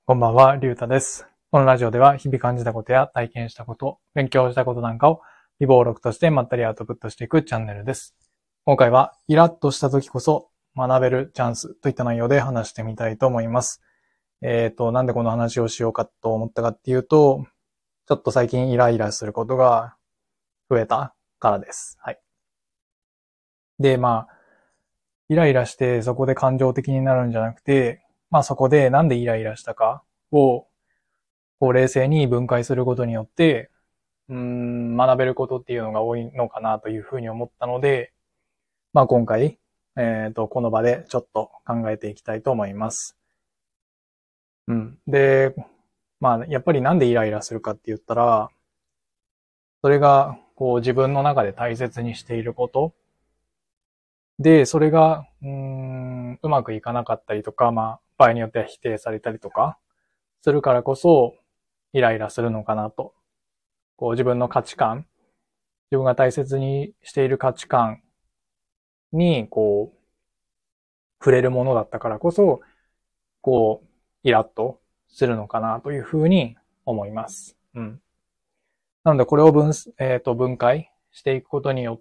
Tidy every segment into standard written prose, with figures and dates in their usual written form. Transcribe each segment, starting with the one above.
こんばんは、りゅうたです。このラジオでは日々感じたことや体験したこと、勉強したことなんかを微暴録としてまったりアウトプットしていくチャンネルです。今回はイラッとした時こそ学べるチャンスといった内容で話してみたいと思います。なんでこの話をしようかと思ったかっていうと、ちょっと最近イライラすることが増えたからです。はい。で、イライラしてそこで感情的になるんじゃなくて、そこでなんでイライラしたかを冷静に分解することによって、学べることっていうのが多いのかなというふうに思ったので、今回、この場でちょっと考えていきたいと思います。で、やっぱりなんでイライラするかって言ったら、それが、自分の中で大切にしていることで、それが、うまくいかなかったりとか、場合によっては否定されたりとか、するからこそ、イライラするのかなと。自分の価値観、自分が大切にしている価値観に、触れるものだったからこそ、イラッとするのかなというふうに思います。なので、これを分解していくことによって、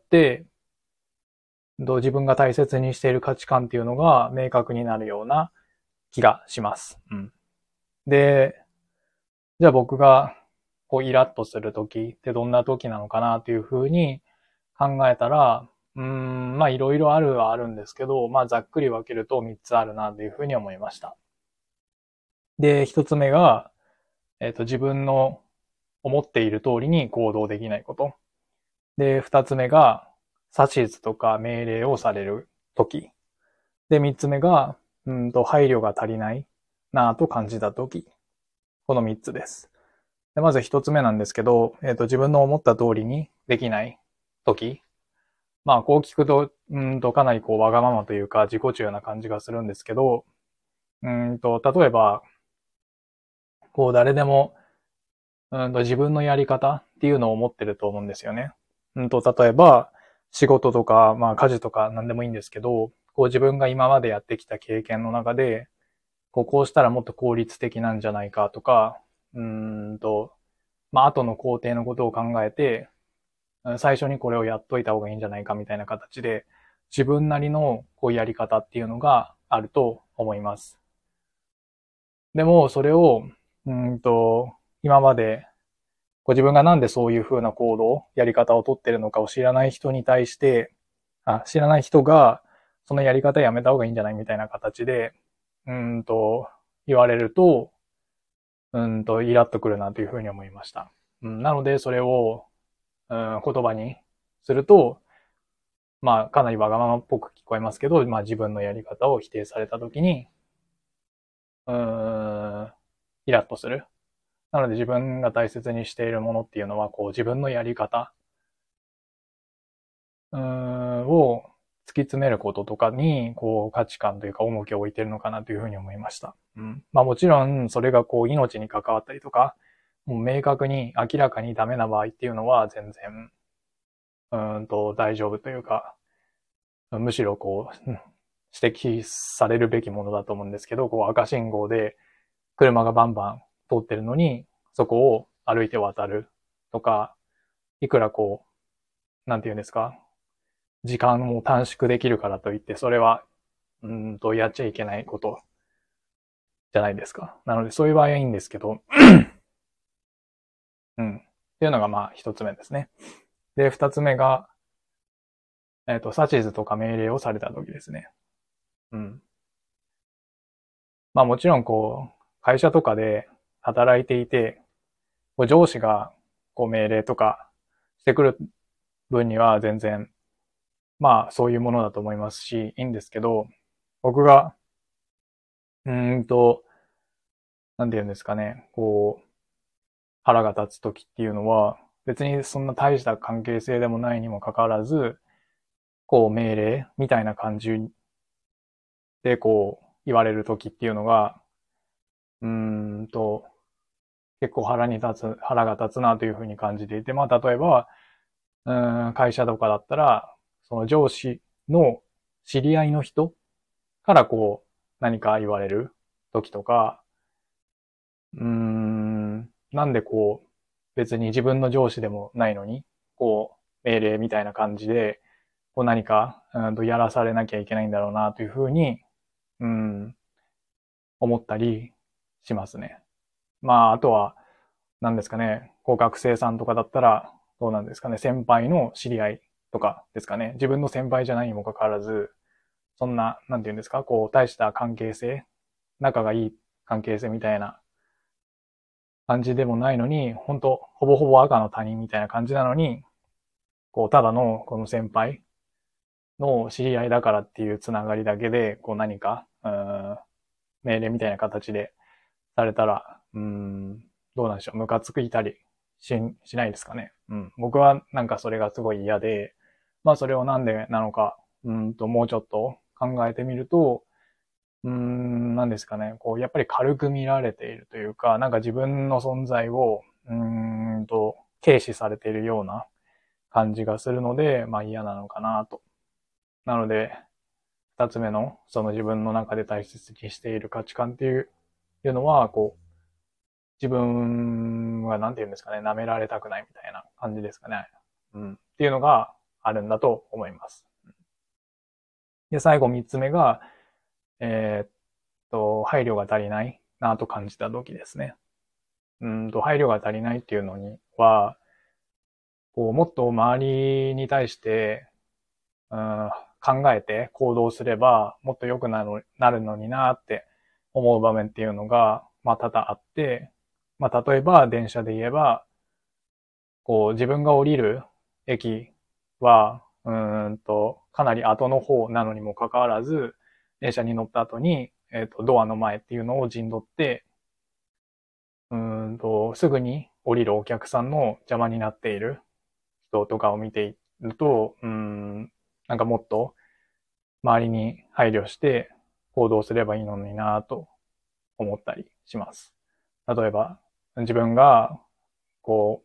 自分が大切にしている価値観っていうのが明確になるような気がします。で、じゃあ僕がイラッとするときってどんなときなのかなというふうに考えたら、いろいろあるはあるんですけど、ざっくり分けると3つあるなというふうに思いました。で、1つ目が、自分の思っている通りに行動できないこと。で、2つ目が、指図とか命令をされるとき。で、3つ目が、配慮が足りないなぁと感じたとき。この3つです。で、まず1つ目なんですけど、自分の思った通りにできないとき。こう聞くと、かなりわがままというか自己中な感じがするんですけど、例えば、誰でも、自分のやり方っていうのを持ってると思うんですよね。例えば、仕事とか、家事とか何でもいいんですけど、自分が今までやってきた経験の中で、こうしたらもっと効率的なんじゃないかとか、うーんと、後の工程のことを考えて、最初にこれをやっといた方がいいんじゃないかみたいな形で、自分なりのやり方っていうのがあると思います。でも、それを、今まで、自分がなんでそういう風な行動、やり方をとってるのかを知らない人に対して、知らない人が、そのやり方やめた方がいいんじゃないみたいな形で、うーんと、言われると、イラッとくるなというふうに思いました。なので、それを、言葉にすると、かなりわがままっぽく聞こえますけど、自分のやり方を否定されたときに、うーん、イラッとする。なので自分が大切にしているものっていうのは、自分のやり方、を突き詰めることとかに、価値観というか重きを置いているのかなというふうに思いました。もちろん、それが命に関わったりとか、もう明確に明らかにダメな場合っていうのは全然、大丈夫というか、むしろ指摘されるべきものだと思うんですけど、赤信号で車がバンバン通ってるのに、そこを歩いて渡るとか、いくらなんて言うんですか、時間を短縮できるからといって、それは、やっちゃいけないことじゃないですか。なので、そういう場合はいいんですけど、っていうのが一つ目ですね。で、二つ目が、指図とか命令をされた時ですね。うん。もちろん会社とかで働いていて、上司が命令とかしてくる分には全然、そういうものだと思いますし、いいんですけど、僕が、うーんと、なんて言うんですかね、腹が立つ時っていうのは、別にそんな大した関係性でもないにもかかわらず、命令みたいな感じで言われる時っていうのが、うーんと、結構腹が立つなというふうに感じていて、例えば、会社とかだったら、その上司の知り合いの人から何か言われる時とか、 なんで別に自分の上司でもないのに、命令みたいな感じで、何か、やらされなきゃいけないんだろうな、というふうに、うん、思ったりしますね。まあ、あとは、何ですかね、学生さんとかだったら、どうなんですかね、先輩の知り合いとかですかね。自分の先輩じゃないにもかかわらず、そんな、なんて言うんですか、大した関係性、仲がいい関係性みたいな感じでもないのに、本当ほぼほぼ赤の他人みたいな感じなのに、ただのこの先輩の知り合いだからっていうつながりだけで、何か、命令みたいな形でされたら、どうなんでしょう。ムカつくいたりしないですかね。僕はなんかそれがすごい嫌で、まあそれをなんでなのか、もうちょっと考えてみると、なんですかね。やっぱり軽く見られているというか、なんか自分の存在を、軽視されているような感じがするので、まあ嫌なのかなと。なので、二つ目の、その自分の中で大切にしている価値観っていうのは、自分はなんて言うんですかね、舐められたくないみたいな感じですかね。っていうのがあるんだと思います。で、最後三つ目が、えーっ配慮が足りないなと感じた時ですね。配慮が足りないっていうのには、もっと周りに対して、うん、考えて行動すれば、もっと良くなるのになって思う場面っていうのが、まあ多々あって、まあ例えば電車で言えば、自分が降りる駅は、かなり後の方なのにもかかわらず、電車に乗った後に、ドアの前っていうのを陣取って、すぐに降りるお客さんの邪魔になっている人とかを見ていると、なんかもっと周りに配慮して行動すればいいのになぁと思ったりします。例えば、自分が、こ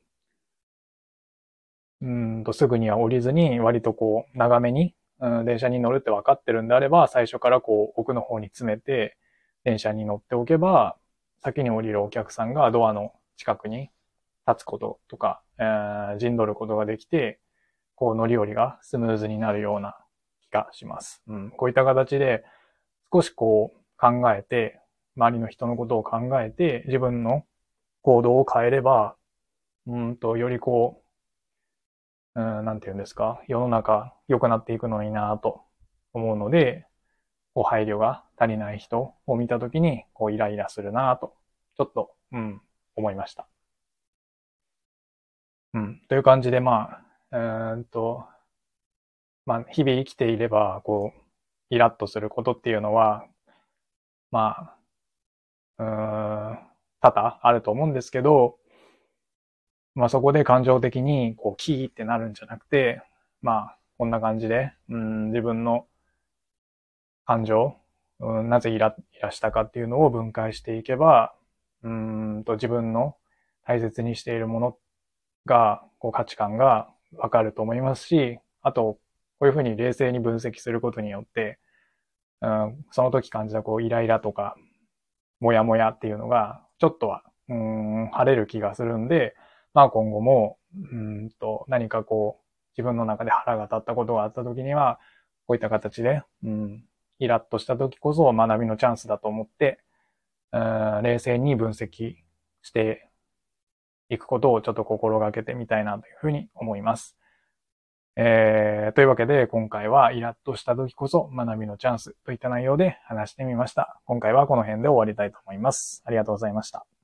すぐには降りずに、割と長めに、電車に乗るって分かってるんであれば、最初から奥の方に詰めて、電車に乗っておけば、先に降りるお客さんがドアの近くに立つこととか、陣取ることができて、乗り降りがスムーズになるような気がします。こういった形で、少し考えて、周りの人のことを考えて、自分の行動を変えれば、よりなんて言うんですか、世の中良くなっていくのになぁと思うので、配慮が足りない人を見たときに、イライラするなぁと、ちょっと、思いました。という感じで、まあ、日々生きていれば、イラッとすることっていうのは、まあ、多々あると思うんですけど、まあそこで感情的に、キーってなるんじゃなくて、まあ、こんな感じで、自分の感情、なぜイラしたかっていうのを分解していけば、自分の大切にしているものが、価値観がわかると思いますし、あと、こういうふうに冷静に分析することによって、その時感じたイライラとか、もやもやっていうのが、ちょっとは、晴れる気がするんで、まあ今後も、何か自分の中で腹が立ったことがあった時には、こういった形で、イラッとした時こそ学びのチャンスだと思って、冷静に分析していくことをちょっと心がけてみたいなというふうに思います。というわけで今回はイラッとした時こそ学びのチャンスといった内容で話してみました。今回はこの辺で終わりたいと思います。ありがとうございました。